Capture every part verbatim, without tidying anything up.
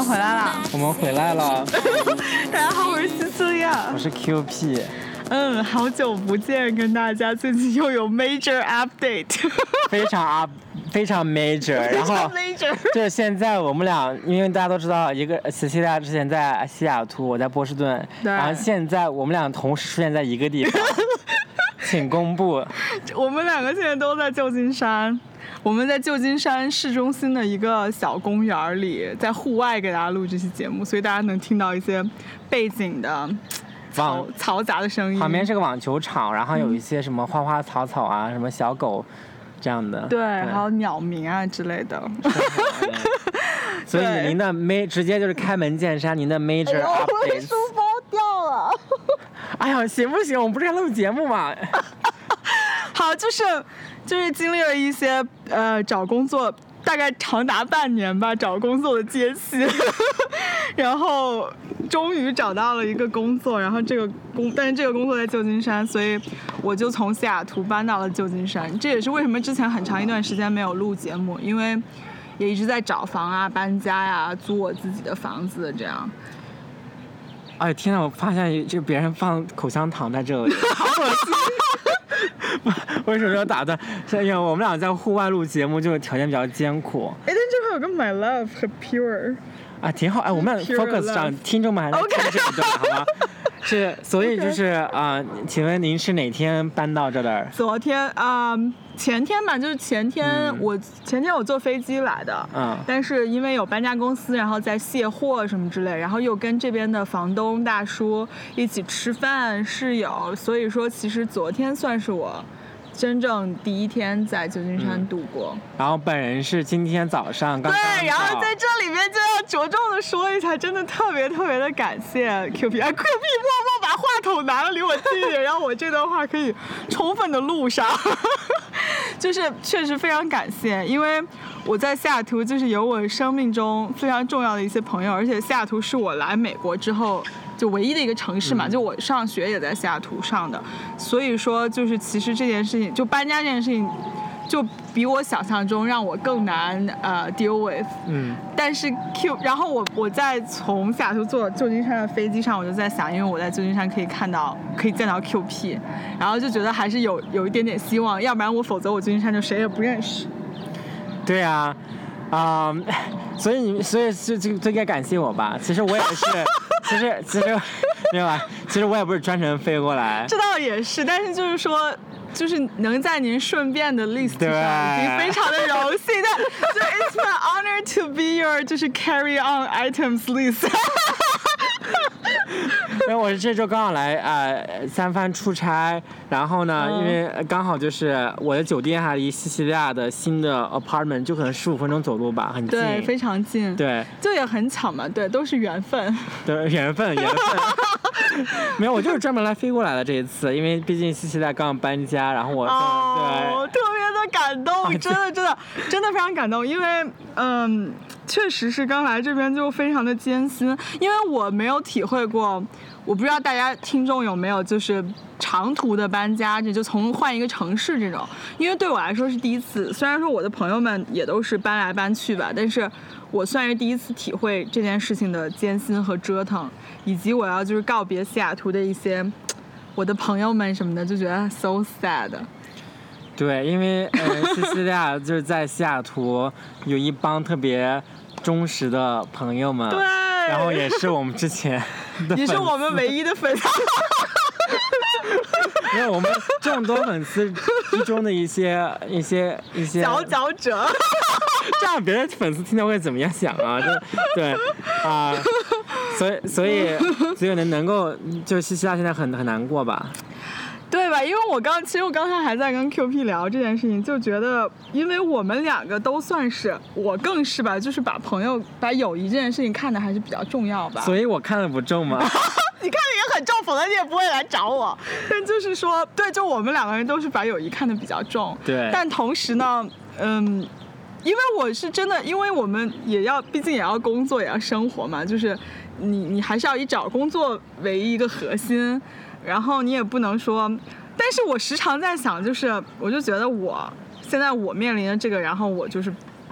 们回来了， 我们回来了。 大家好，我是西西利亚， 我是 Q P。 嗯，好久不见，跟大家最近又有 major update， 非常 up， 非常 major， 然后 major， 就是现在我们俩，因为大家都知道，一个西西利亚之前在西雅图，我在波士顿，然后现在我们俩同时出现在一个地方，请公布。 我们两个现在都在旧金山。我们在旧金山市中心的一个小公园里，在户外给大家录这期节目，所以大家能听到一些背景的嘈嘈杂的声音。 旁边是个网球场，然后有一些什么花花草草啊，嗯、什么小狗这样的。 对，对还有鸟鸣啊之类的。 所以您的 ma 直接就是开门见山，您的 major updates。 哎、我的书包掉了。 哎呀，行不行？我们不是在录节目吗？ 好，就是就是经历了一些呃找工作，大概长达半年吧，找工作的间隙，然后终于找到了一个工作，然后这个工，但是这个工作在旧金山，所以我就从西雅图搬到了旧金山。这也是为什么之前很长一段时间没有录节目，因为也一直在找房啊、搬家呀、啊、租我自己的房子这样。 哎天哪！我发现就别人放口香糖在这里，好恶心。为什么要打断？是因为我们俩在户外录节目，就是条件比较艰苦。 哎，但这块有个 My Love 和 Pure 啊，挺好。哎，我们 focus 上，听众们还在听这一段， okay. 好吗？是，所以就是啊、呃，请问您是哪天搬到这儿？ 昨天啊、呃，前天吧，就是前天、嗯、我前天我坐飞机来的，嗯，但是因为有搬家公司，然后在卸货什么之类，然后又跟这边的房东大叔一起吃饭，室友，所以说其实昨天算是我真正第一天在旧金山度过、嗯、 然后本人是今天早上刚刚对，然后在这里面就要着重的说一下，真的特别特别的感谢 Q P， 哎 Q P 默默把话筒拿了离我近一点，然后我这段话可以充分的录上。就是确实非常感谢，因为我在西雅图就是有我生命中非常重要的一些朋友，而且西雅图是我来美国之后就唯一的一个城市嘛、嗯、就我上学也在西雅图上的，所以说就是其实这件事情就搬家这件事情就比我想象中让我更难呃 deal with， 嗯，但是 Q， 然后我我在从西雅图坐旧金山的飞机上，我就在想，因为我在旧金山可以看到可以见到 Q P， 然后就觉得还是有有一点点希望，要不然我否则我旧金山就谁也不认识。 对啊，啊、um, 所以你所以就就就应该感谢我吧。其实我也是，其实其实没有啊，其实我也不是专程飞过来。 这倒也是，但是就是说。就是能在您顺便的 list 上已经非常的荣幸，但就 it's my honor to be your 就是 carry on items list。 因为我是这周刚好来呃三藩出差，然后呢，嗯、因为刚好就是我的酒店还离西西利亚的新的 apartment 就可能十五分钟走路吧，很近， 对，非常近， 对， 就也很巧嘛，对，都是缘分， 对，缘分，缘分。没有，我就是专门来飞过来的这一次，因为毕竟西西利亚刚搬家，然后我哦，对，特别的感动，真的真的真的非常感动，因为嗯，确实是刚来这边就非常的艰辛，因为我没有体会过。我不知道大家听众有没有就是长途的搬家，这就从换一个城市这种，因为对我来说是第一次。虽然说我的朋友们也都是搬来搬去吧，但是我算是第一次体会这件事情的艰辛和折腾，以及我要就是告别西雅图的一些我的朋友们什么的，就觉得 so sad。 对，因为呃，西西利亚就是在西雅图有一帮特别忠实的朋友们， 对， 然后也是我们之前的你是我们唯一的粉丝。 因为我们众多粉丝之中的一些一些一些佼佼者， 这样别的粉丝听到会怎么样想啊？就对啊、呃，所以所以所以能能够就西西利亚现在很很难过吧？ 对吧？因为我刚其实我刚才还在跟 Q P 聊这件事情，就觉得因为我们两个都算是，我更是吧，就是把朋友把友谊这件事情看得还是比较重要吧。 所以我看得不重吗？ 你看的也很重，否则你也不会来找我。但就是说，对，就我们两个人都是把友谊看得比较重。 对。 但同时呢，嗯，因为我是真的，因为我们也要，毕竟也要工作，也要生活嘛，就是你你还是要以找工作为一个核心。然后你也不能说，但是我时常在想，就是我就觉得我现在我面临的这个，然后我就是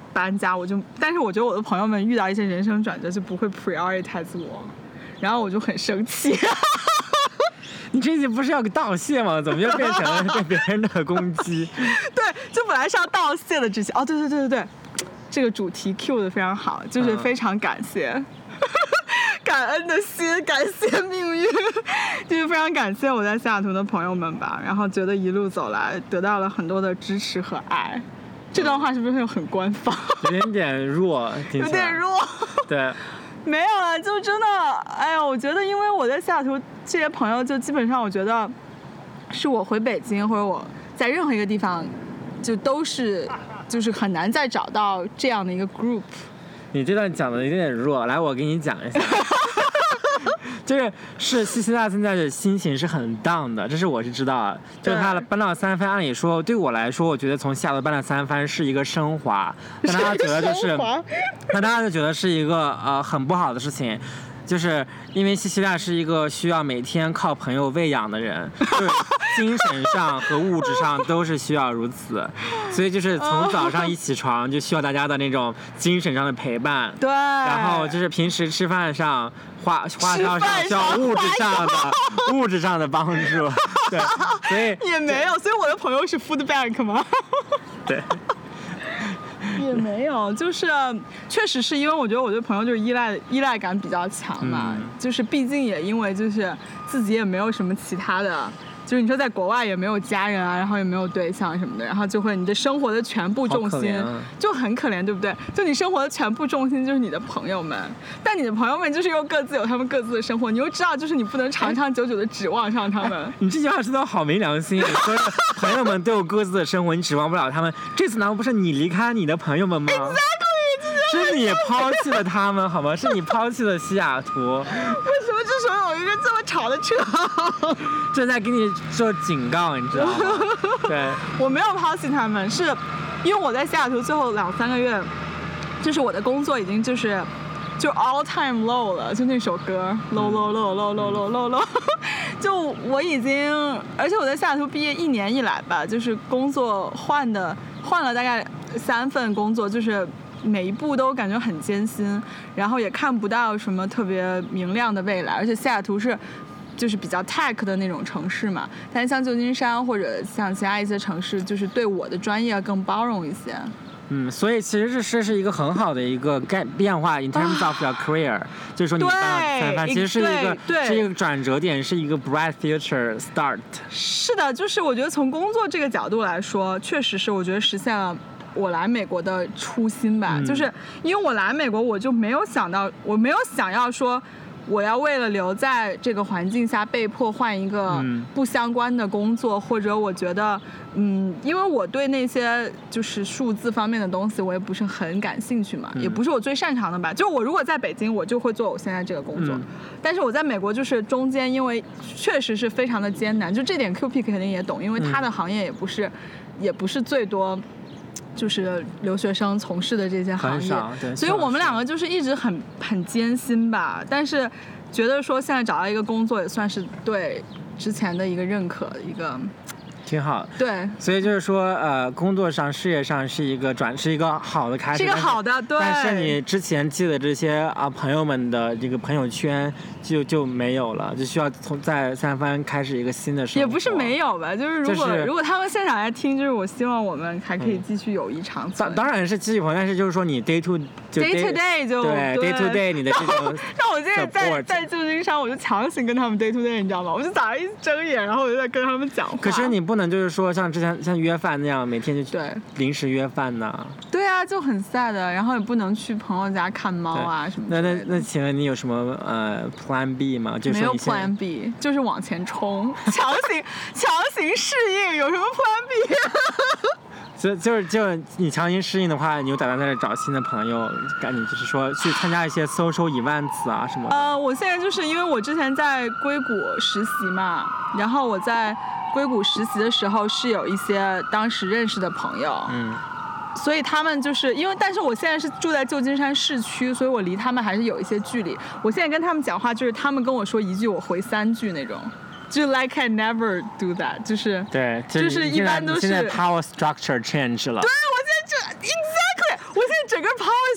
搬家，我就，但是我觉得我的朋友们遇到一些人生转折就不会 prioritize 我，然后我就很生气。 你这集不是要道谢吗？怎么又变成了对别人的攻击？ 对，就本来是要道谢的之前，哦，对对对对对，这个主题 Q 的非常好，就是非常感谢。嗯感恩的心，感谢命运，就是非常感谢我在西雅图的朋友们吧。然后觉得一路走来得到了很多的支持和爱。这段话是不是很官方？ 有点点弱， 有点弱。 对， 没有了，就真的，哎呀，我觉得因为我在西雅图这些朋友，就基本上我觉得是我回北京或者我在任何一个地方，就都是就是很难再找到这样的一个 group。 你这段讲的有点弱，来，我给你讲一下。就是是西西拉现在的心情是很 down 的，这是我是知道的。就是他搬到三藩，按理说对我来说，我觉得从西雅图搬到三藩是一个升华，但他觉得就是，但他就觉得是一个呃很不好的事情。就是因为西西拉是一个需要每天靠朋友喂养的人，就是精神上和物质上都是需要如此，所以就是从早上一起床就需要大家的那种精神上的陪伴， 对， 然后就是平时吃饭上花花销上需要物质上的物质上的帮助，对，所以也没有，所以我的朋友是 food bank 吗？ 对。 也没有，就是确实是因为我觉得我对朋友就是依赖依赖感比较强嘛，嗯、就是毕竟也因为就是自己也没有什么其他的，就是你说在国外也没有家人啊，然后也没有对象什么的，然后就会你的生活的全部重心、啊、就很可怜，对不对？就你生活的全部重心就是你的朋友们，但你的朋友们就是又各自有他们各自的生活，你又知道就是你不能长长久久的指望上他们。哎、 你这句话说的好没良心，你说朋友们都有各自的生活，你指望不了他们，这次难道不是你离开你的朋友们吗？ Exactly， 是你抛弃了他们好吗？是你抛弃了西雅图。 为什么这时候有一个这么吵的车？ 这在给你做警告，你知道吗？对， 我没有抛弃他们，是因为我在西雅图最后两三个月，就是我的工作已经就是就 all time low 了，就那首歌 low low low low low low low low， 就我已经，而且我在西雅图毕业一年以来吧，就是工作换的换了大概三份工作，就是每一步都感觉很艰辛，然后也看不到什么特别明亮的未来，而且西雅图是就是比较 tech 的那种城市嘛，但是像旧金山或者像其他一些城市，就是对我的专业更包容一些。 嗯，所以其实这是是一个很好的一个改变化 in terms of your career，、啊、就是说你搬到三藩，其实是一个是一个转折点，是一个 bright future start。 是的，就是我觉得从工作这个角度来说，确实是我觉得实现了我来美国的初心吧，嗯、就是因为我来美国，我就没有想到，我没有想要说我要为了留在这个环境下被迫换一个不相关的工作，嗯、或者我觉得，嗯，因为我对那些就是数字方面的东西我也不是很感兴趣嘛，嗯、也不是我最擅长的吧。就我如果在北京，我就会做我现在这个工作，嗯、但是我在美国就是中间，因为确实是非常的艰难，就这点 Q P 肯定也懂，因为他的行业也不是，嗯、也不是最多。就是留学生从事的这些行业，所以我们两个就是一直很很艰辛吧。但是觉得说现在找到一个工作也算是对之前的一个认可，一个挺好。 对， 所以就是说，呃，工作上、事业上是一个转，是一个好的开始， 是一个好的，对。 但是你之前记的这些啊朋友们的这个朋友圈就就没有了，就需要从在三藩开始一个新的生活。 也不是没有吧，就是如果、就是、如果他们现场来听，就是我希望我们还可以继续友谊长存。 嗯、当然是继续朋友，但是就是说你 day to 就 day, day to day 就对 day to day 你的这种。 那我现在在在旧金山，我就强行跟他们 day to day， 你知道吗？我就早上一睁眼，然后我就在跟他们讲话。 可是你不能就是说像之前像约饭那样，每天就对临时约饭呐。 对啊，就很 sad， 然后也不能去朋友家看猫啊什么的。 那那那，请问你有什么呃 plan B 吗？就没有 plan B， 就是往前冲，强行强行适应，有什么 plan B？ 就就是就你强行适应的话，你有打算在这找新的朋友，赶紧就是说去参加一些 social events 啊什么的。 呃，我现在就是因为我之前在硅谷实习嘛，然后我在硅谷实习的时候是有一些当时认识的朋友，嗯，所以他们就是因为，但是我现在是住在旧金山市区，所以我离他们还是有一些距离。我现在跟他们讲话，就是他们跟我说一句，我回三句那种。就 like I never do that， 就是对， 就是一般都是现在 power structure change 了。 对，我现在就 exactly， 我现在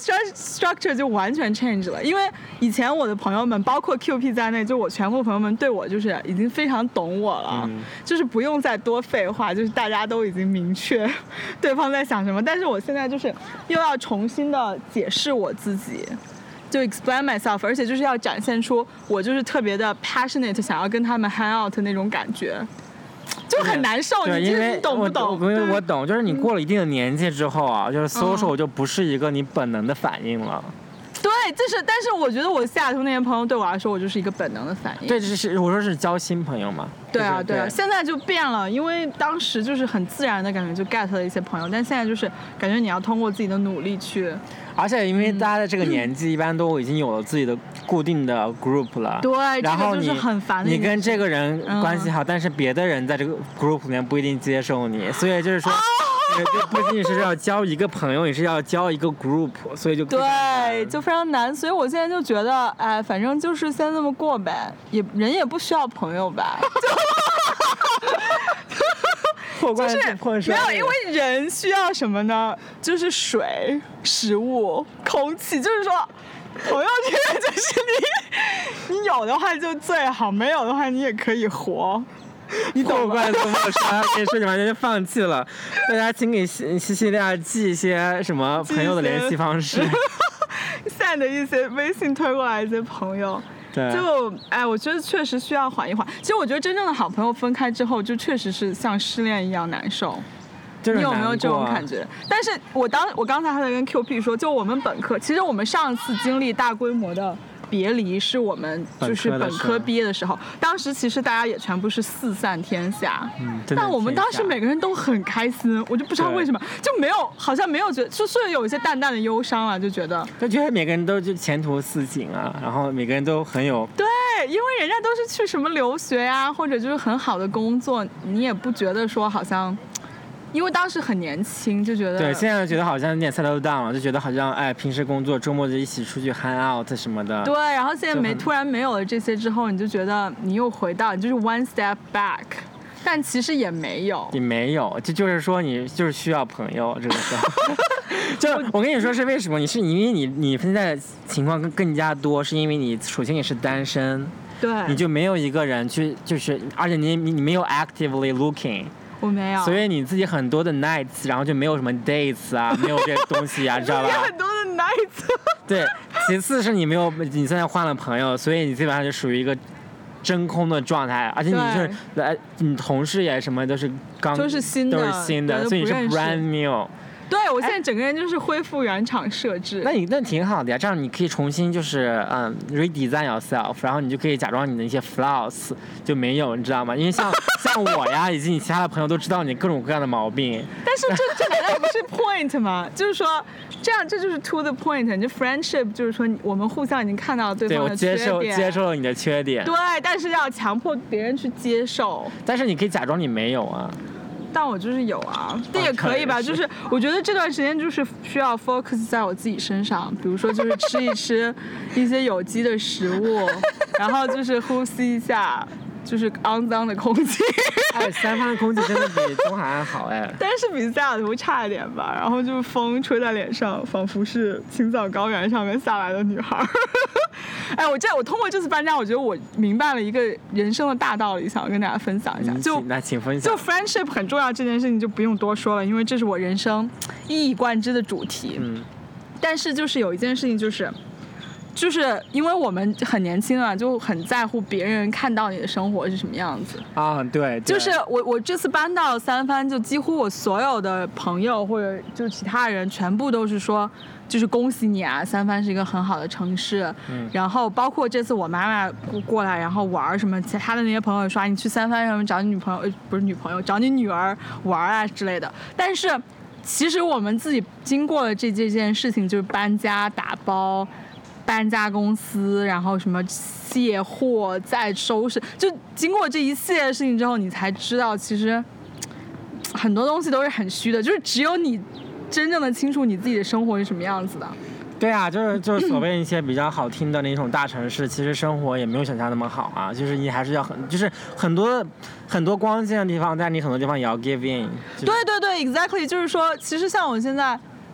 structure 就完全 change 了，因为以前我的朋友们，包括 Q P 在内，就我全部朋友们对我就是已经非常懂我了，嗯、就是不用再多废话，就是大家都已经明确对方在想什么。但是我现在就是又要重新的解释我自己。就 explain myself， 而且就是要展现出我就是特别的 passionate， 想要跟他们 hang out 那种感觉，就很难受。 对， 你因为懂不懂？ 我我我懂，就是你过了一定的年纪之后啊，嗯、就是 social 就不是一个你本能的反应了。 对，就是，但是我觉得我西雅图那些朋友对我来说，我就是一个本能的反应。 对，就是我说是交新朋友嘛。 对啊， 就是、 对啊，现在就变了，因为当时就是很自然的感觉就 get 了一些朋友，但现在就是感觉你要通过自己的努力去。 而且因为大家的这个年纪，一般都已经有了自己的固定的 group 了。 对， 然后你、 这个、就是很烦的你跟这个人关系好、嗯，但是别的人在这个 group 里面不一定接受你，所以就是说。哦就不仅仅是要交一个朋友，也是要交一个 group， 所以就对，就非常难。所以我现在就觉得，哎，反正就是先这么过呗，也人也不需要朋友吧。就是没有，因为人需要什么呢？就是水、食物、空气，就是说。朋友这个就是你，你有的话就最好，没有的话你也可以活。你懂吗？ 怪这么说，跟你说你完全就放弃了。大家请给西西利亚寄一些什么朋友的联系方式 ，send 一些微信推过来一些朋友。 对。 就哎，我觉得确实需要缓一缓。其实我觉得真正的好朋友分开之后，就确实是像失恋一样难受。 就是、 你有没有这种感觉？但是我当我刚才还在跟 Q P 说，就我们本科，其实我们上次经历大规模的别离是我们就是本科毕业的时候，当时其实大家也全部是四散天下， 嗯， 但我们当时每个人都很开心，我就不知道为什么就没有，好像没有觉得，就虽然有一些淡淡的忧伤啊，就觉得就觉得每个人都就前途似锦啊，然后每个人都很有对，因为人家都是去什么留学呀、啊，或者就是很好的工作，你也不觉得说好像。因为当时很年轻，就觉得对，现在觉得好像有点 settle down 了，就觉得好像哎，平时工作，周末就一起出去 hang out 什么的。 对，然后现在没突然没有了这些之后，你就觉得你又回到，你就是 one step back， 但其实也没有， 也没有，这就是说你就是需要朋友这个时候。就我跟你说是为什么？你是因为你你现在情况更更加多，是因为你首先你是单身， 对， 你就没有一个人去，就是而且你你没有 actively looking。 我没有， 所以你自己很多的 nights， 然后就没有什么 dates 啊，没有这个东西啊，知道吧？ 很多的 nights。 对，其次是你没有，你现在换了朋友，所以你基本上就属于一个真空的状态，而且你是来，你同事也什么都是刚， 都是新的， 都是新的，所以你是 brand new。 对，我现在整个人就是恢复原厂设置。 那你那挺好的呀，这样你可以重新就是嗯 redesign yourself， 然后你就可以假装你的一些 flaws 就没有，你知道吗？因为像像我呀，以及你其他的朋友都知道你各种各样的毛病。 但是这这难道不是 point 吗？就是说这样这就是 to the point， 就 friendship 就是说我们互相已经看到对方的缺点， 对，我接受接受了你的缺点。 对，但是要强迫别人去接受。 但是你可以假装你没有啊。 但我就是有啊，这也可以吧。就是我觉得这段时间就是需要 focus 在我自己身上，比如说就是吃一吃一些有机的食物，然后就是呼吸一下就是肮脏的空气。 哎，三藩的空气真的比东海岸好哎， 但是比西雅图差一点吧。然后就是风吹在脸上，仿佛是青藏高原上面下来的女孩。哎，我这我通过这次搬家，我觉得我明白了一个人生的大道理，想要跟大家分享一下。就那请分享。 就 friendship 很重要这件事情就不用多说了，因为这是我人生一以贯之的主题。 嗯。 但是就是有一件事情就是。就是因为我们很年轻啊，就很在乎别人看到你的生活是什么样子啊。对，对就是我我这次搬到三藩，就几乎我所有的朋友或者就其他人全部都是说，就是恭喜你啊，三藩是一个很好的城市。 嗯。 然后包括这次我妈妈过来，然后玩什么，其他的那些朋友说你去三藩什么找你女朋友，不是女朋友，找你女儿玩啊之类的。但是其实我们自己经过了这这件事情，就是搬家、打包。搬家公司，然后什么卸货再收拾，就经过这一系列的事情之后，你才知道其实很多东西都是很虚的，就是只有你真正的清楚你自己的生活是什么样子的。 对啊，就是就是所谓一些比较好听的那种大城市，其实生活也没有想象那么好啊，就是你还是要很就是很多很多光鲜的地方，但你很多地方也要 give in。 对对对 ，exactly， 就是说，其实像我现在。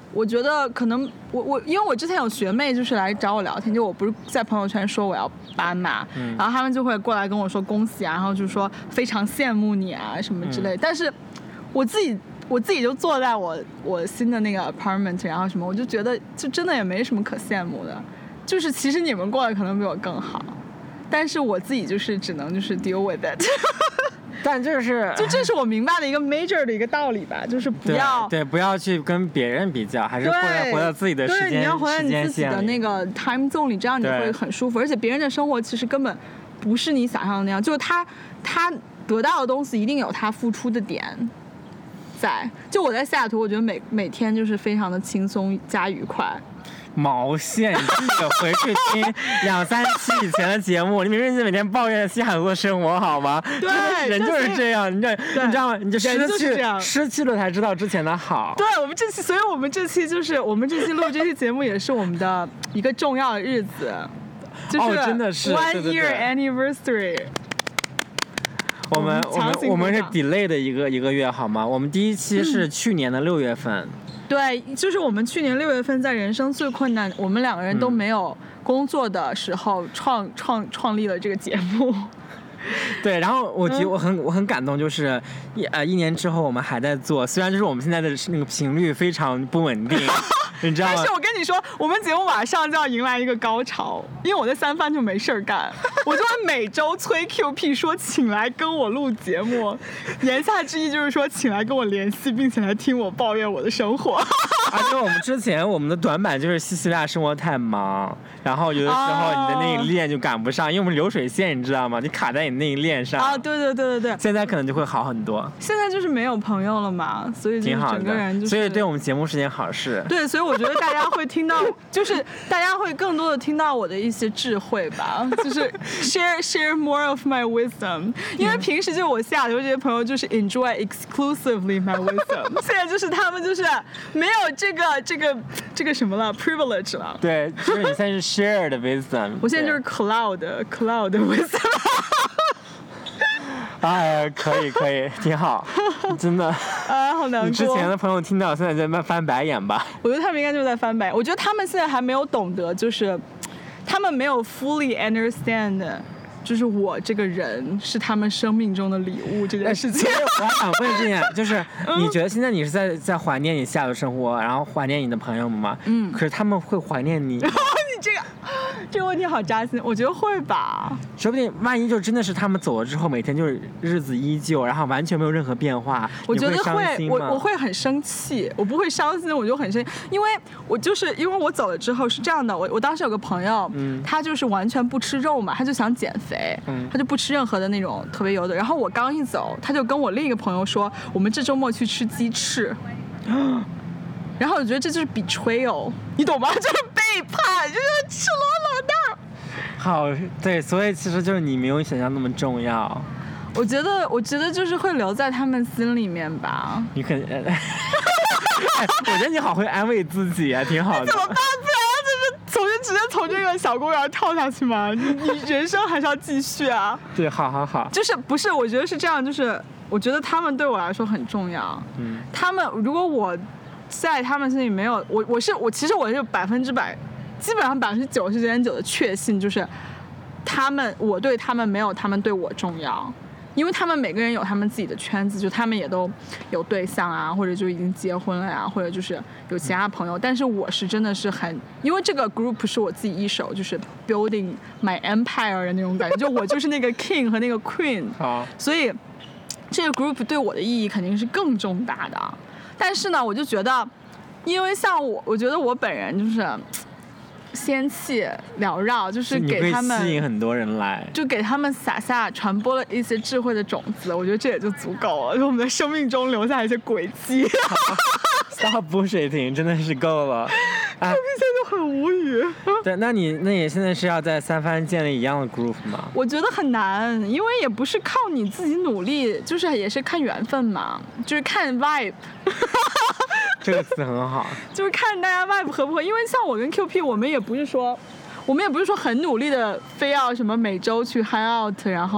我觉得可能我我因为我之前有学妹就是来找我聊天，就我不是在朋友圈说我要搬嘛，嗯、然后他们就会过来跟我说恭喜啊，然后就说非常羡慕你啊什么之类的。嗯、但是我自己我自己就坐在我我新的那个 apartment， 然后什么，我就觉得就真的也没什么可羡慕的，就是其实你们过得可能比我更好，但是我自己就是只能就是 deal with it。 但就是就这是我明白的一个 major 的一个道理吧，就是不要对, 对不要去跟别人比较，还是活在活在自己的时间， 对，你要活在你自己的那个 time zone 里，这样你会很舒服。而且别人的生活其实根本不是你想象的那样，就是他他得到的东西一定有他付出的点在。就我在西雅图，我觉得每每天就是非常的轻松加愉快。 毛线！你自己回去听两三期以前的节目，你明明就每天抱怨西雅图的生活，好吗？ 对， 人就是这样，你这你知道吗？你就失去失去了才知道之前的好。 对，我们这期，所以我们这期就是我们这期录这期节目也是我们的一个重要的日子，就是哦，真的是 one year anniversary。 我们我们我们是 delay 的一个一个月，好吗？我们第一期是去年的六月份。嗯对，就是我们去年六月份在人生最困难，我们两个人都没有工作的时候创创创立了这个节目。 对，然后我觉得我很、嗯、我很感动，就是一呃一年之后我们还在做，虽然就是我们现在的那个频率非常不稳定。你知道吗？ 但是我跟你说，我们节目马上就要迎来一个高潮，因为我在三藩就没事儿干，我就会每周催 Q P 说请来跟我录节目，言下之意就是说请来跟我联系，并且来听我抱怨我的生活。 而且我们之前我们的短板就是西西利亚生活太忙，然后有的时候你的那一链就赶不上，因为我们流水线你知道吗？你卡在你那一链上。 啊，对对对对对。 现在可能就会好很多。 现在就是没有朋友了嘛，所以就是整个人就是。 所以对我们节目是件好事。 对，所以我觉得大家会听到，就是大家会更多的听到我的一些智慧吧，就是 share share more of my wisdom。因为平时就我西雅图这些朋友就是 enjoy exclusively my wisdom， 现在就是他们就是没有这个这个这个什么了 privilege 了。 对，就是你现在是 share 的 wisdom。 我现在就是 cloud cloud wisdom。 哎，可以可以，挺好，真的。 啊，好难过。 你之前的朋友听到现在在翻白眼吧？ 我觉得他们应该就是在翻白眼。我觉得他们现在还没有懂得，就是他们没有 fully understand， 就是我这个人是他们生命中的礼物这件事情。 我还想问这点，就是你觉得现在你是在在怀念你西雅图生活，然后怀念你的朋友们吗？嗯。可是他们会怀念你吗？ 你这个这个问题好扎心，我觉得会吧。 说不定万一就真的是他们走了之后，每天就是日子依旧，然后完全没有任何变化， 我觉得会， 会我我会很生气，我不会伤心，我就很生气，因为我就是因为我走了之后是这样的，我我当时有个朋友，嗯，他就是完全不吃肉嘛，他就想减肥，嗯，他就不吃任何的那种特别油的，然后我刚一走，他就跟我另一个朋友说，我们这周末去吃鸡翅。然后我觉得这就是 betrayal， 你懂吗？就是背叛，就是赤裸裸的。 好，对，所以其实就是你没有想象那么重要。 我觉得，我觉得就是会留在他们心里面吧。 你肯，我觉得你好会安慰自己啊，挺好的。 怎么办？不然就是从直接从这个小公园跳下去吗？你你人生还是要继续啊。 对，好好好。 就是不是？我觉得是这样，就是我觉得他们对我来说很重要。嗯。他们如果我。在他们心里没有我，我是我，其实我是百分之百，基本上百分之九十九点九的确信，就是他们，我对他们没有他们对我重要，因为他们每个人有他们自己的圈子，就他们也都有对象啊，或者就已经结婚了呀，或者就是有其他朋友，但是我是真的是很，因为这个 group 是我自己一手就是 building my empire 的那种感觉，就我就是那个 king 和那个 queen， 所以这个 group 对我的意义肯定是更重大的。但是呢，我就觉得，因为像我，我觉得我本人就是仙气缭绕，就是给他们吸引很多人来， 就给他们撒下传播了一些智慧的种子，我觉得这也就足够了，就我们的生命中留下一些轨迹。 Stop bullshitting， 真的是够了。 哎，现在就很无语。 对，那你那你现在是要在三藩建立一样的 group 吗？ 我觉得很难，因为也不是靠你自己努力，就是也是看缘分嘛，就是看 vibe。 这个词很好。 就是看大家 vibe 合不合，因为像我跟 Q P， 我们也不是说，我们也不是说很努力的非要什么每周去 hang out， 然后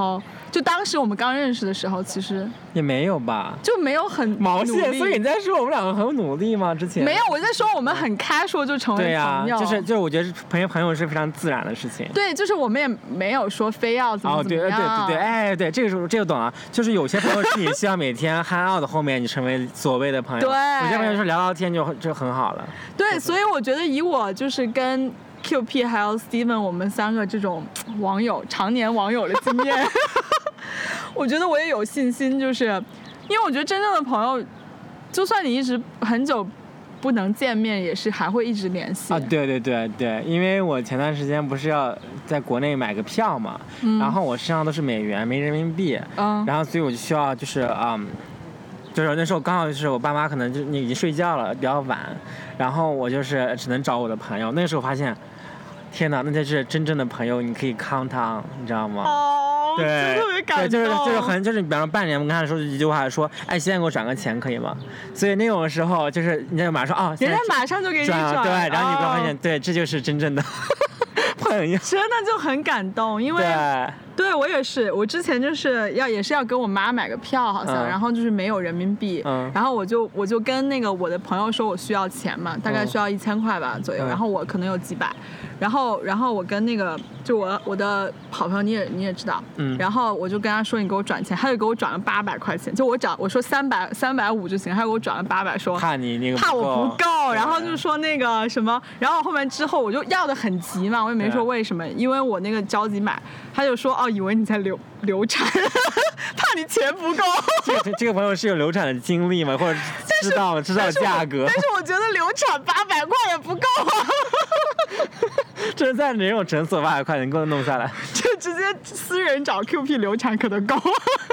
就当时我们刚认识的时候，其实也没有吧， 就没有很毛线。 努力所以你在说我们两个很努力吗？之前没有，我在说我们很 casual 就成为对呀、 朋友。 就是就是我觉得朋友朋友是非常自然的事情。 对，就是我们也没有说非要怎么哦， 怎么样。 对对对对，哎，对，这个时候这个懂了。就是有些朋友是你希望每天 hang out 的后面你成为所谓的朋友， 对， 有些朋友是聊聊天就就很好了。 对，所以我觉得以我就是跟 Q P 还有 Steven 我们三个这种网友常年网友的经验，我觉得我也有信心，就是因为我觉得真正的朋友，就算你一直很久不能见面，也是还会一直联系啊，对对对对，因为我前段时间不是要在国内买个票嘛，嗯、然后我身上都是美元没人民币，嗯，然后所以我就需要就是嗯。就是那时候刚好就是我爸妈可能就你已经睡觉了比较晚，然后我就是只能找我的朋友。那个时候发现，天哪，那就是真正的朋友，你可以 count on， 你知道吗？ 哦， 对， 特别感动。 对，就是就是很就是，比方说半年，我跟他说一句话，说，哎，现在给我转个钱可以吗？所以那种时候就是你就马上哦， 人家马上就给你转， 转对，然后你会发现， 哦、 对，这就是真正的朋友， 真的就很感动，因为。 对对，我也是，我之前就是要也是要给我妈买个票，好像，嗯、然后就是没有人民币，嗯、然后我就我就跟那个我的朋友说我需要钱嘛，大概需要一千块吧左右，嗯、然后我可能有几百，然后然后我跟那个就我我的好朋友你也你也知道，嗯，然后我就跟他说你给我转钱，他就给我转了八百块钱，就我找我说三百三百五就行，他给我转了八百，说怕你那个怕我不够，然后就说那个什么，然后后面之后我就要的很急嘛，我也没说为什么，因为我那个着急买，他就说哦以为你在流流产，怕你钱不够。 这个这个朋友是有流产的经历吗？或者知道知道价格？ 但是我觉得流产八百块也不够啊。 这是在哪种诊所八百块能够弄下来？ 就直接私人找 Q P 流产可能够。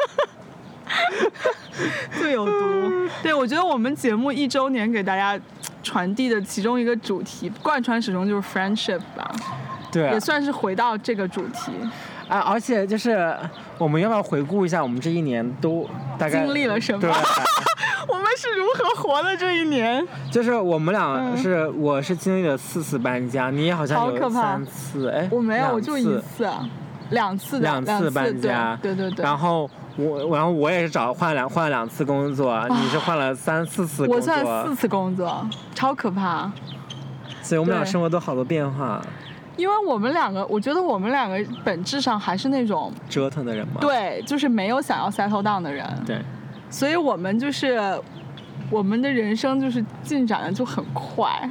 最有毒。对，我觉得我们节目一周年给大家传递的其中一个主题，贯穿始终就是 friendship 吧。 对、啊， 也算是回到这个主题。 啊，而且就是我们要不要回顾一下我们这一年都大概经历了什么？ 对我们是如何活的这一年？ 就是我们俩是，嗯、我是经历了四次搬家，你也好像有三次，哎， 我没有，我就一次，两次， 两次搬家， 对对对。 然后我，然后我也是找换两换了两次工作，你是换了三四次工作， 我算四次工作，超可怕。 所以我们俩生活都好多变化。 因为我们两个，我觉得我们两个本质上还是那种折腾的人嘛。 对，就是没有想要 settle down 的人。 对。 所以我们就是我们的人生就是进展的就很快。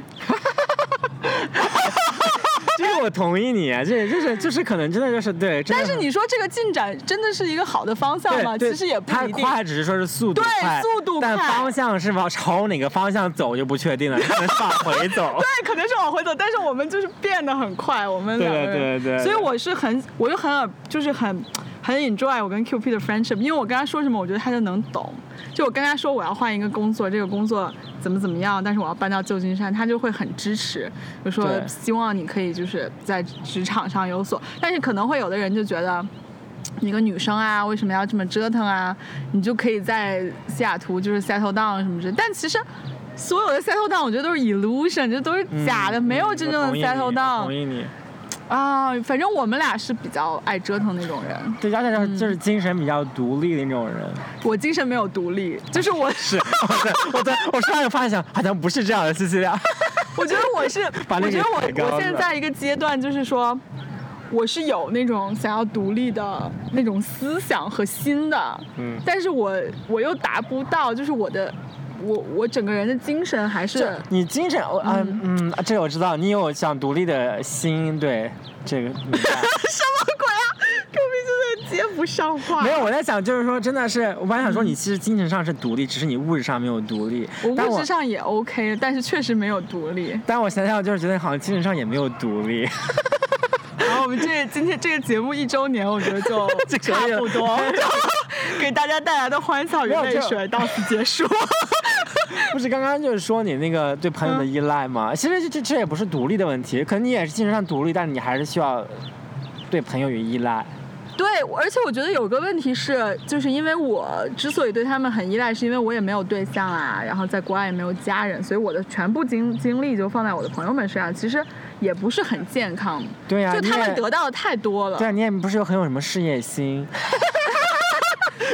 这个我同意你，这就是就是可能真的就是对。 但是你说这个进展真的是一个好的方向吗？其实也不一定。 它快只是说是速度快， 对，速度快， 但方向是往朝哪个方向走就不确定了，可能是往回走。 对，可能是往回走，但是我们就是变得很快，我们两个人。 对对对对。 所以我是很，我就很就是很很 enjoy 我跟 Q P 的 friendship， 因为我跟他说什么，我觉得他就能懂。就我跟他说我要换一个工作，这个工作怎么怎么样，但是我要搬到旧金山，他就会很支持，就说希望你可以就是在职场上有所，但是可能会有的人就觉得你个女生啊为什么要这么折腾啊，你就可以在西雅图就是 settle down 什么之类的，但其实所有的 settle down 我觉得都是 illusion， 这都是假的，嗯、没有真正的 settle down。 同意你。 啊，反正我们俩是比较爱折腾那种人， 对，而且就是精神比较独立的那种人。嗯、 我精神没有独立，就是我是，我在我突然发现好像不是这样的，西西俩。 我觉得我是，我觉得我我现在一个阶段就是说，我是有那种想要独立的那种思想和心的，嗯，但是我我又达不到，就是我的。我我整个人的精神还是你精神，我嗯嗯，这个我知道，你有想独立的心，对这个。什么鬼啊？根本就是接不上话。 没有，我在想，就是说，真的是，我本来想说，你其实精神上是独立，只是你物质上没有独立。 我物质上也 OK， 但是确实没有独立。 但我想想，就是觉得好像精神上也没有独立。 然后我们这今天这个节目一周年，我觉得就差不多，给大家带来的欢笑与泪水到此结束。 不是刚刚就是说你那个对朋友的依赖吗？嗯、其实这这也不是独立的问题，可能你也是精神上独立，但是你还是需要对朋友有依赖。 对，而且我觉得有个问题是，就是因为我之所以对他们很依赖，是因为我也没有对象啊，然后在国外也没有家人，所以我的全部精精力就放在我的朋友们身上，其实也不是很健康。 对呀、啊， 就他们得到的太多了。 对啊，你也不是有很有什么事业心。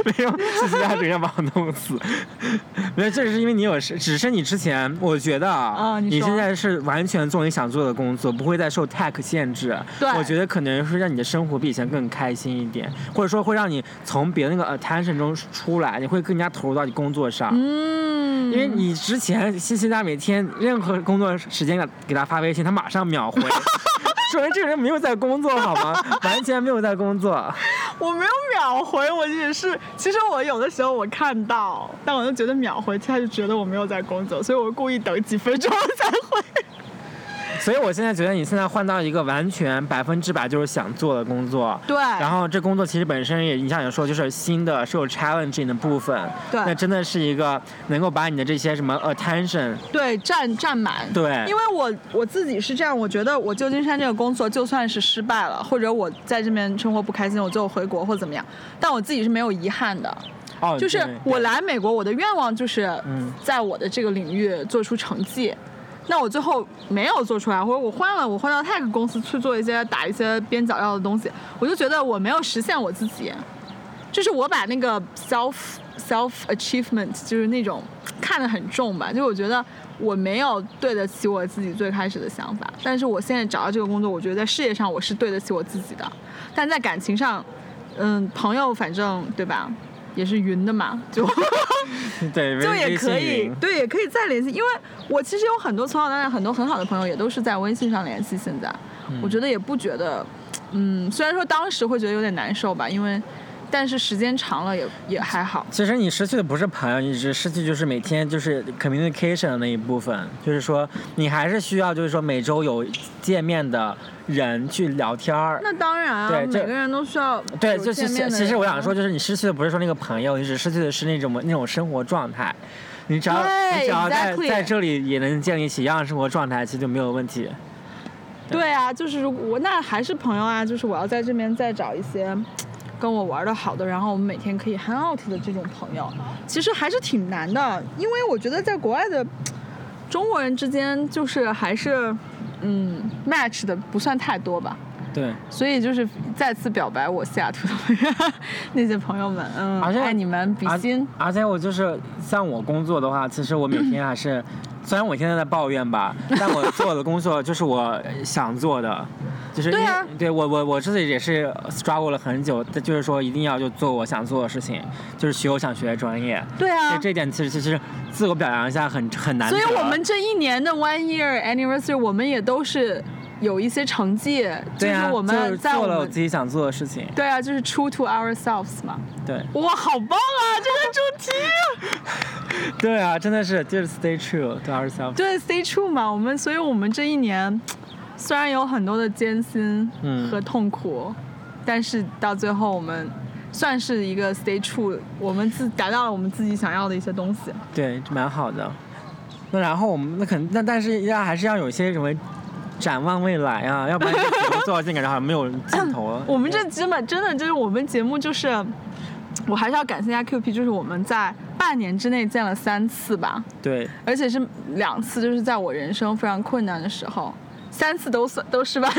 没有是其他人要把我弄死。没有，这是因为你有，只是你之前我觉得啊， 你, 你现在是完全做你想做的工作，不会再受 tech 限制。 对， 我觉得可能是让你的生活比以前更开心一点，或者说会让你从别的那个 attention 中出来，你会更加投入到你工作上。 嗯， 因为你之前西西他每天任何工作时间给他发微信，他马上秒回。说明这个人没有在工作好吗？完全没有在工作。 我没有秒回，我也是。其实我有的时候我看到，但我就觉得秒回，他就觉得我没有在工作，所以我故意等几分钟才回。 所以我现在觉得你现在换到一个完全百分之百就是想做的工作， 对。 然后这工作其实本身也，你像你说，就是新的是有 challenging 的部分， 对。 那真的是一个能够把你的这些什么 attention， 对，占占满。 对。 因为我我自己是这样，我觉得我旧金山这个工作就算是失败了，或者我在这边生活不开心，我就回国或怎么样，但我自己是没有遗憾的。 哦。 就是我来美国，我的愿望就是在我的这个领域做出成绩。嗯，那我最后没有做出来，或者我换了，我换到 tech 公司去做一些打一些边角料的东西，我就觉得我没有实现我自己，就是我把那个 self self achievement 就是那种看得很重吧，就我觉得我没有对得起我自己最开始的想法，但是我现在找到这个工作，我觉得在事业上我是对得起我自己的，但在感情上，嗯，朋友反正对吧？也是云的嘛，就对， 就也可以，对，也可以再联系。因为我其实有很多从小到大很多很好的朋友，也都是在微信上联系。现在，嗯、我觉得也不觉得，嗯，虽然说当时会觉得有点难受吧，因为，但是时间长了也也还好。 其实你失去的不是朋友，你只失去就是每天就是 communication 的那一部分，就是说你还是需要就是说每周有见面的人去聊天儿。 那当然啊， 对， 每个人都需要对，就是其实我想说，就是你失去的不是说那个朋友，你只失去的是那种那种生活状态。你只要你只要在、 exactly. 在这里也能建立起一样的生活状态，其实就没有问题。 对, 对啊，就是如果我那还是朋友啊，就是我要在这边再找一些跟我玩的好的，然后我们每天可以 hang out 的这种朋友，其实还是挺难的，因为我觉得在国外的中国人之间就是还是嗯 match 的不算太多吧。 对， 所以就是再次表白我西雅图的那些朋友们，嗯，爱你们比心。 而且我就是像我工作的话，其实我每天还是，虽然我现在在抱怨吧，但我做的工作就是我想做的，就是对啊， 对我我我自己也是 struggle 了很久，就是说一定要就做我想做的事情，就是学我想学的专业。 对啊， 这点其实其实自我表扬一下很很难得。 所以我们这一年的 one year anniversary， 我们也都是有一些成绩，就是我们在做了我自己想做的事情。 对啊，就是 true to ourselves 嘛。 对。 哇，好棒啊！这个主题。 对啊，真的是就是 stay true to ourselves。 对 ，stay true 嘛，我们所以我们这一年虽然有很多的艰辛和痛苦，嗯、但是到最后我们算是一个 stay true， 我们自达到了我们自己想要的一些东西。 对，蛮好的。那然后我们那可能那但是要还是要有一些什么展望未来啊，要不然这节目做到现在感觉好像没有尽头了。 我们这基本真的就是我们节目就是，我还是要感谢一下 Q P， 就是我们在半年之内见了三次吧。 对。而且是两次，就是在我人生非常困难的时候，三次都算都失败。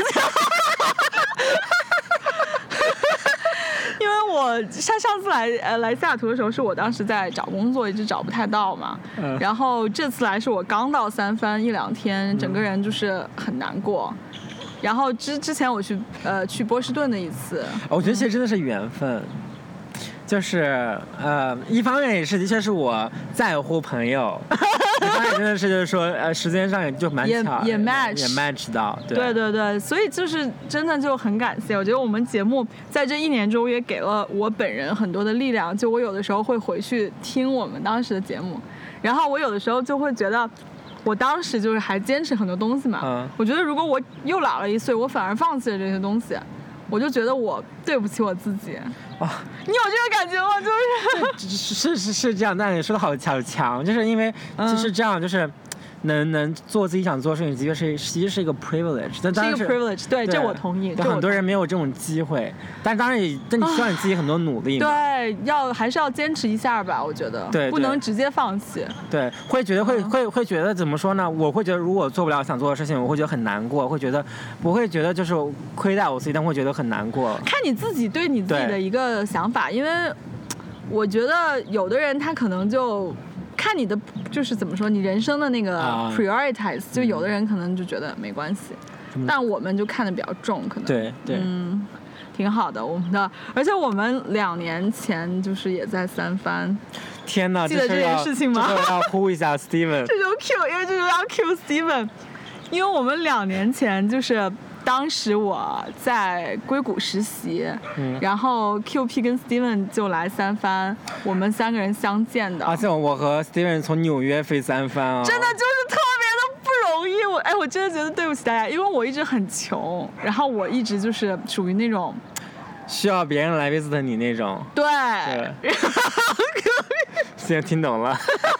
因为我上上次来呃来西雅图的时候，是我当时在找工作，一直找不太到嘛。嗯。然后这次来是我刚到三藩一两天，整个人就是很难过。嗯、然后之之前我去呃去波士顿的一次， 我觉得其实真的是缘分。嗯，就是呃，一方面也是的确是我在乎朋友，一方面真的是就是说呃，时间上也就蛮巧， 也也 match 也 match 到，对对对对，所以就是真的就很感谢，我觉得我们节目在这一年中也给了我本人很多的力量，就我有的时候会回去听我们当时的节目，然后我有的时候就会觉得。我当时就是还坚持很多东西嘛，嗯，我觉得如果我又老了一岁，我反而放弃了这些东西，我就觉得我对不起我自己。哇，你有这个感觉吗？就是是是是这样，但你说的好好强，就是因为就是这样，就是能能做自己想做的事情，的确是其实是一个 privilege， 但当然是一个 privilege， 对，这我同意。 很多人没有这种机会，但当然也，但你需要你自己很多努力嘛。 对，要还是要坚持一下吧，我觉得。 对， 不能直接放弃。 对，会觉得会会会觉得怎么说呢？我会觉得如果做不了想做的事情，我会觉得很难过，会觉得不会觉得就是亏待我自己，但会觉得很难过。 看你自己对你自己的一个想法，因为。 我觉得有的人他可能就看你的就是怎么说，你人生的那个 prioritize，、啊、就有的人可能就觉得没关系，嗯、但我们就看得比较重，可能对对， 嗯，挺好的，我们的，而且我们两年前就是也在三番。 天哪， 记得这件事情吗？ 这要呼一下 Steven， 这就 Q， 因为这就要 Q Steven， 因为我们两年前就是当时我在硅谷实习，嗯、然后 Q P 跟 Steven 就来三藩，我们三个人相见的。 而且我和 Steven 从纽约飞三藩啊， 真的就是特别的不容易。我哎，我真的觉得对不起大家，因为我一直很穷，然后我一直就是属于那种。 需要别人来 visit 你那种， 对， 对现在听懂了。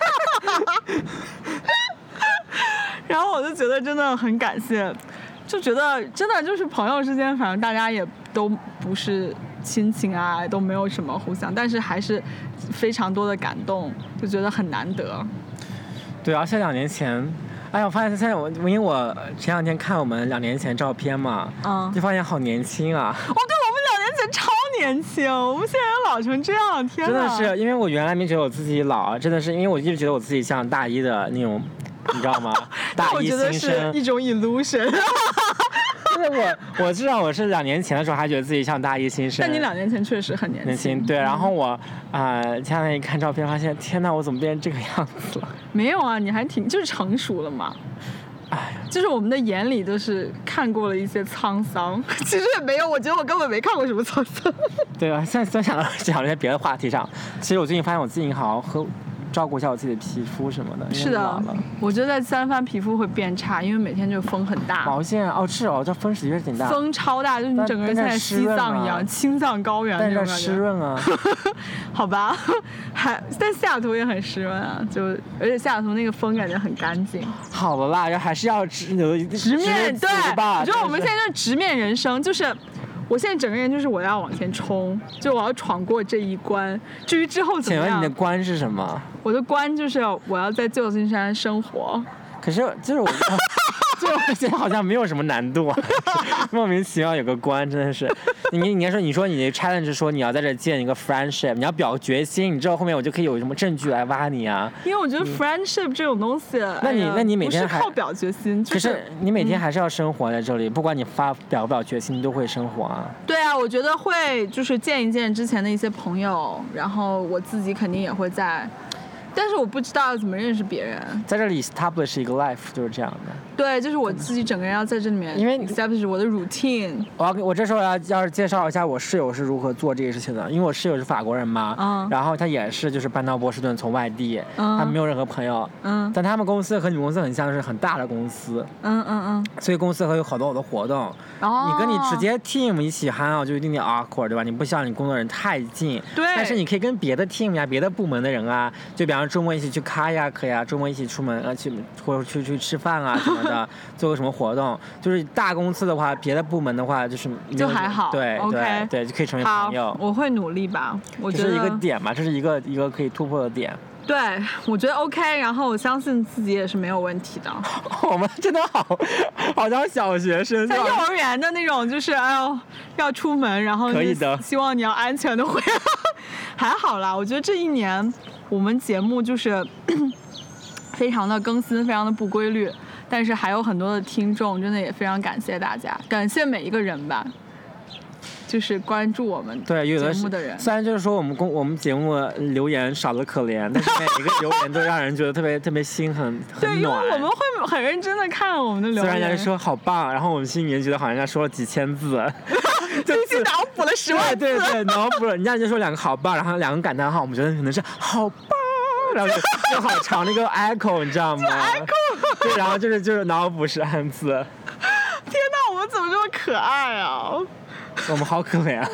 然后我就觉得真的很感谢，就觉得真的就是朋友之间，反正大家也都不是亲情啊，都没有什么互相，但是还是非常多的感动，就觉得很难得。 对，而且两年前。哎呀，我发现现在我，因为我前两天看我们两年前照片嘛，嗯，就发现好年轻啊！ 哦，对，我们两年前超年轻，我们现在也老成这样，天哪！ 真的是，因为我原来没觉得我自己老，真的是因为我一直觉得我自己像大一的那种，你知道吗？大一新生。 我觉得是一种 illusion。 就是我，我知道我是两年前的时候还觉得自己像大一新生。 但你两年前确实很年轻。 年轻，对。然后我啊、呃，前两天一看照片，发现天哪，我怎么变成这个样子了？ 没有啊，你还挺就是成熟了嘛。哎，就是我们的眼里都是看过了一些沧桑，其实也没有，我觉得我根本没看过什么沧桑。 对啊，现在在想讲一些别的话题上，其实我最近发现我自己好像和。照顾一下我自己的皮肤什么的。 是的，我觉得在三藩皮肤会变差，因为每天就风很大。 毛线哦，是哦，这风的确挺大。 风超大，就是你整个人像西藏一样，青藏高原那种感觉。 但是湿润啊。 好吧，还但西雅图也很湿润啊，就而且西雅图那个风感觉很干净。 好了啦，还是要直直面对。 我觉得我们现在就是直面人生，就是。我现在整个人就是我要往前冲，就我要闯过这一关。至于之后怎么样？ 请问你的关是什么？ 我的关就是我要在旧金山生活。 可是就是我，就我觉得好像没有什么难度啊，莫名其妙有个关，真的是。你你应该说，你说你的 challenge 说你要在这建一个 friendship， 你要表决心，你知道后面我就可以有什么证据来挖你啊。 因为我觉得 friendship 这种东西， 那你、哎、那你每天还不是靠表决心，就是、 可是你每天还是要生活在这里，嗯、不管你发表不表决心，你都会生活啊。对啊，我觉得会就是见一见之前的一些朋友，然后我自己肯定也会在。但是我不知道要怎么认识别人， 在这里 establish 一个 life 就是这样的。 对，就是我自己整个人要在这里面，因为 establish 我的 routine。 我要我这时候要要是介绍一下我室友是如何做这个事情的，因为我室友是法国人嘛，嗯，然后他也是就是搬到波士顿从外地，嗯，他没有任何朋友，嗯，但他们公司和你们公司很像，是很大的公司， 嗯嗯嗯， 所以公司会有好多好多活动，哦，你跟你直接 team 一起 hang out 就一定点 awkward 对吧？你不希望你工作人太近， 对， 但是你可以跟别的 team 呀、别的部门的人啊，就比方说周末一起去卡呀可呀，周末一起出门啊去或者去去吃饭啊什么的，做个什么活动。就是大公司的话，别的部门的话就是就还好， 对 ，OK， 对对，就可以成为朋友。 好，我会努力吧。我觉得这是一个点嘛，这是一个一个可以突破的点。 对，我觉得 OK， 然后我相信自己也是没有问题的。 我们真的好，好像小学生， 在幼儿园的那种，就是哎呦要出门，然后可以的， 希望你要安全的回来。还好啦，我觉得这一年我们节目就是非常的更新，非常的不规律，但是还有很多的听众，真的也非常感谢大家，感谢每一个人吧。就是关注我们节目的人， 虽然就是说我们公我们节目留言少得可怜，但是每一个留言都让人觉得特别特别心很很暖。 对，因为我们会很认真的看我们的留言。 虽然人家说好棒，然后我们心里面觉得好像人家说了几千字， 就已经脑补了十万字。 对对对，脑补了，人家就说两个好棒，然后两个感叹号，我们觉得可能是好棒，然后就就好长的一个 echo， 你知道吗 ？echo。 对，然后就是就是脑补十万字。 天哪，我们怎么这么可爱啊？ 我们好可怜啊！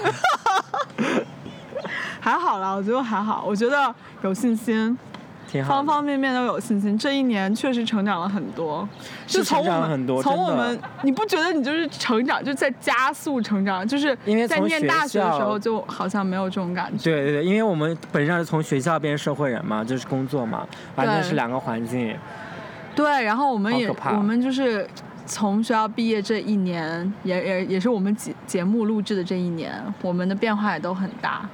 还好啦，我觉得还好，我觉得有信心， 挺好， 方方面面都有信心。这一年确实成长了很多，就从我们从我们，你不觉得你就是成长，就在加速成长，就是在念大学的时候就好像没有这种感觉。 对对对，因为我们本质上是从学校变社会人嘛，就是工作嘛，完全是两个环境。 对，然后我们也我们就是。从学校毕业这一年，也也也是我们节节目录制的这一年，我们的变化也都很大。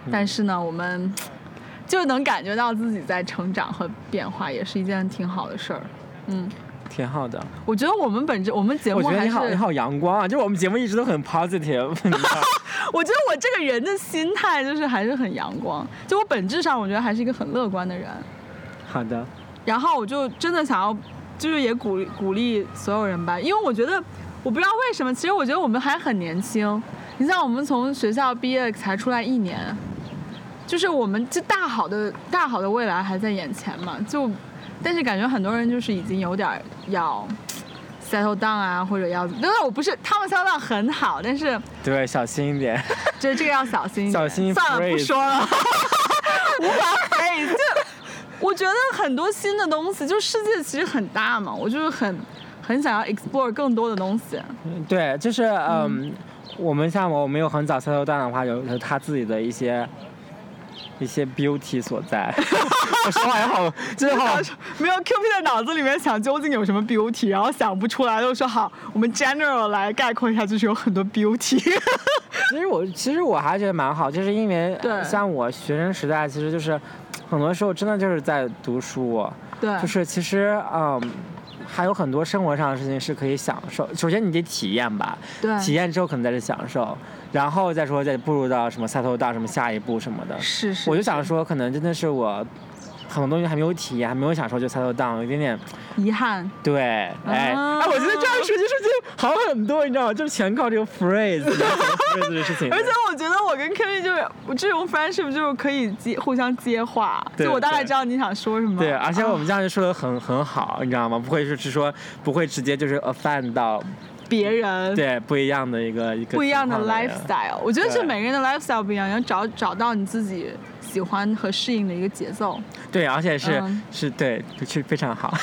但是呢，我们就能感觉到自己在成长和变化，也是一件挺好的事儿。嗯， 挺好的。 我觉得我们本质，我们节目还是， 我觉得你好，你好阳光啊！就我们节目一直都很 positive 。 我觉得我这个人的心态就是还是很阳光，就我本质上我觉得还是一个很乐观的人。 好的。 然后我就真的想要，就是也鼓鼓励所有人吧，因为我觉得，我不知道为什么，其实我觉得我们还很年轻。你像我们从学校毕业才出来一年，就是我们这大好的大好的未来还在眼前嘛，就，但是感觉很多人就是已经有点要 settle down 啊，或者要，当然我不是他们 settle down 很好，但是对，小心一点， 这这个要小心一点， 小心算了不说了，无法可以就。我觉得很多新的东西，就世界其实很大嘛，我就是很很想要 explore 更多的东西。 对，就是嗯。嗯我们像我没有很早 settle down 的话，有有他自己的一些一些 beauty 所在。我说话也好，真的好， 没有 Q P 的脑子里面想究竟有什么 beauty， 然后想不出来，就说好，我们 general 来概括一下，就是有很多 beauty。 其实我其实我还觉得蛮好，就是因为像我学生时代，其实就是很多时候真的就是在读书， 对， 就是其实嗯。还有很多生活上的事情是可以享受。首先你得体验吧， 对， 体验之后可能再是享受，然后再说再步入到什么settle down什么下一步什么的。 是是。 我就想说，可能真的是我很多东西还没有体验，还没有享受就settle down，有一点点遗憾。 对，哎，啊、哎，我觉得这样说就是就好很多，你知道吗？就是全靠这个 phrase， phrase 的事情。 而且我觉得我跟 Kimi 就是这种 friendship 就是可以接互相接话，就我大概知道你想说什么。 对，而且我们这样就说的很、啊、很好，你知道吗？不会是说不会直接就是 offend 到别人， 对不一样的一个一个不一样的 lifestyle。我觉得是每个人的 lifestyle 不一样，要找找到你自己喜欢和适应的一个节奏。 对，而且是、嗯、是对，是非常好。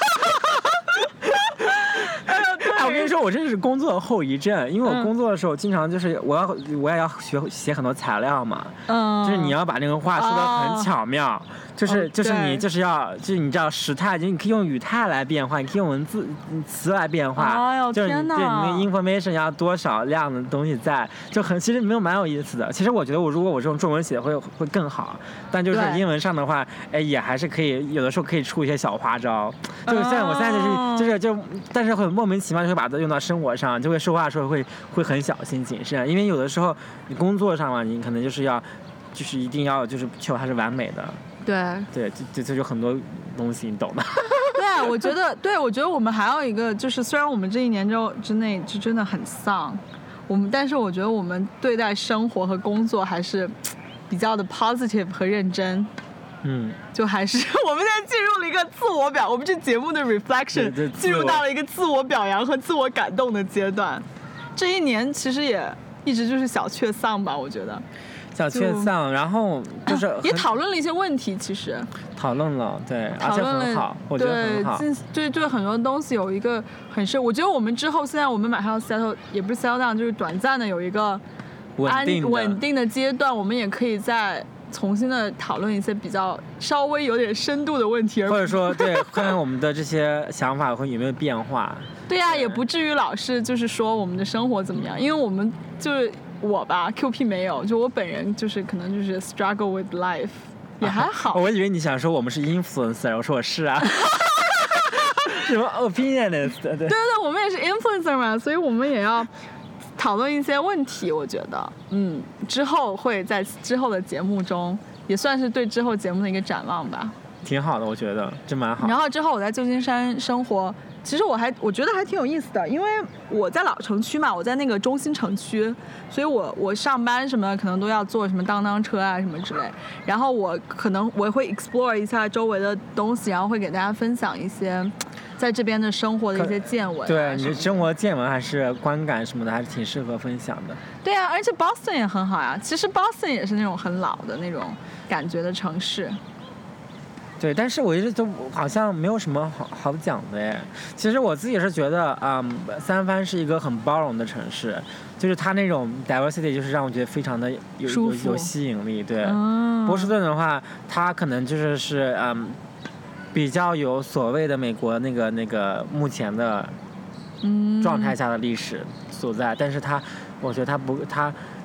哎，我跟你说，我真是工作后遗症，因为我工作的时候经常就是我要我也要学写很多材料嘛，嗯，就是你要把那个话说得很巧妙，哦、就是就是你就是要就是你知道时态，就你可以用语态来变化，你可以用文字词来变化， 哎呦就是天哪， 对你那 information 要多少量的东西在，就很其实没有蛮有意思的。其实我觉得我如果我这种中文写会会更好，但就是英文上的话，哎也还是可以有的时候可以出一些小花招，就是像我现在就是就是就但是很莫名其妙就会把它用到生活上，就会说话的时候会会很小心谨慎，因为有的时候你工作上嘛，你可能就是要就是一定要就是求它是完美的。 对对，这这就很多东西你懂的。 对，我觉得，对我觉得我们还有一个就是，虽然我们这一年之之内就真的很丧，我们但是我觉得我们对待生活和工作还是比较的 positive 和认真。 嗯， 就还是我们现在进入了一个自我表，我们这节目的 reflection 进入到了一个自我表扬和自我感动的阶段。这一年其实也一直就是小确丧吧，我觉得。 小确丧，然后就是、 啊、也讨论了一些问题，其实讨论了，对，而且很好，我觉得很好。 对，对很多东西有一个很深，我觉得我们之后现在我们马上要 settle， 也不是 settle down， 就是短暂的有一个稳定的稳定的阶段，我们也可以再重新的讨论一些比较稍微有点深度的问题， 或者说对，看看我们的这些想法会有没有变化。 对呀、啊，也不至于老是就是说我们的生活怎么样，因为我们就是我吧 ，Q P 没有，就我本人就是可能就是 struggle with life， 也还好。 啊、我以为你想说我们是 influencer， 我说我是啊。什么 opinionist？ 对对对，我们也是 influencer 嘛，所以我们也要讨论一些问题。我觉得，嗯，之后会在之后的节目中，也算是对之后节目的一个展望吧。 挺好的，我觉得真蛮好。 然后之后我在旧金山生活。其实我还我觉得还挺有意思的，因为我在老城区嘛，我在那个中心城区，所以我我上班什么的可能都要坐什么当当车啊什么之类，然后我可能我会 explore 一下周围的东西，然后会给大家分享一些在这边的生活的一些见闻、啊。 对，你的生活见闻还是观感什么的，还是挺适合分享的。 对啊，而且 Boston 也很好呀、啊，其实 Boston 也是那种很老的那种感觉的城市。 对，但是我一直都好像没有什么好好讲的哎。其实我自己是觉得，嗯，三藩是一个很包容的城市，就是它那种 diversity 就是让我觉得非常的有有有吸引力。对，嗯、波士顿的话，它可能就是是嗯比较有所谓的美国那个那个目前的状态下的历史所在，嗯、但是它我觉得它不它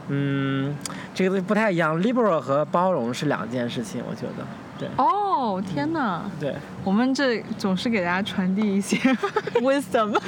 嗯，这个不太一样 ，liberal 和包容是两件事情，我觉得。对。 哦，天哪！ 对， 我们这总是给大家传递一些 wisdom。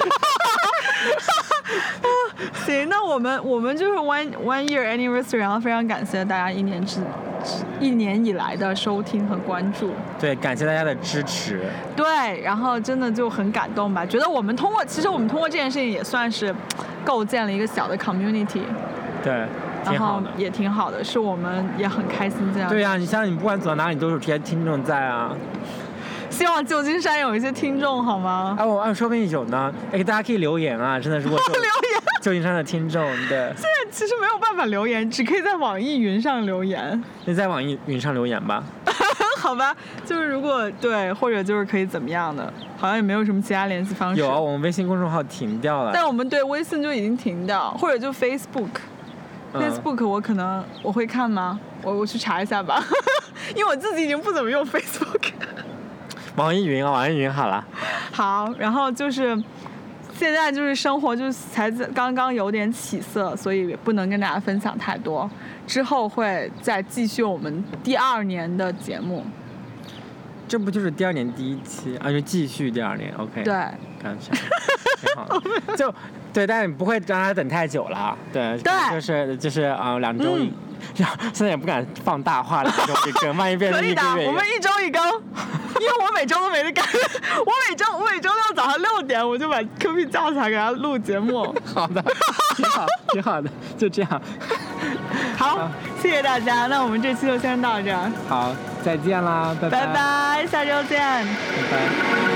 行，那我们我们就是 one one year anniversary， 然后非常感谢大家一年之一年以来的收听和关注。 对，感谢大家的支持。 对，然后真的就很感动吧，觉得我们通过，其实我们通过这件事情也算是构建了一个小的 community。 对。 然后也挺好的，是我们也很开心这样。 对呀、啊，你像你不管走到哪里都有这些听众在啊。 希望旧金山有一些听众好吗？ 啊，我啊，说不定有呢。哎，大家可以留言啊，真的，如果留言旧金山的听众，对。 现在其实没有办法留言，只可以在网易云上留言。 你在网易云上留言吧。 好吧，就是如果对，或者就是可以怎么样的，好像也没有什么其他联系方式。 有啊，我们微信公众号停掉了。 但我们对微信就已经停掉，或者就 Facebook。Facebook 我可能我会看吗？我我去查一下吧，因为我自己已经不怎么用 Facebook。 网易云啊，网易云好了。 好，然后就是现在就是生活就是才刚刚有点起色，所以不能跟大家分享太多。之后会再继续我们第二年的节目。 这不就是第二年第一期啊？就继续第二年 ，OK。 对， 感觉挺好的。就对，但是不会让他等太久了。对， 对， 就是就是啊、呃，两周一，嗯、现在也不敢放大话，两周一更，万一变成一个月。 可以的，我们一周一更，因为我每周都没得干，我每周我每周六早上六点我就把 Q P 叫起来给他录节目。 好的，挺好，挺好的，就这样。 好，好谢谢大家，那我们这期就先到这儿。 好，再见啦，拜拜。 拜拜，下周见。 拜拜。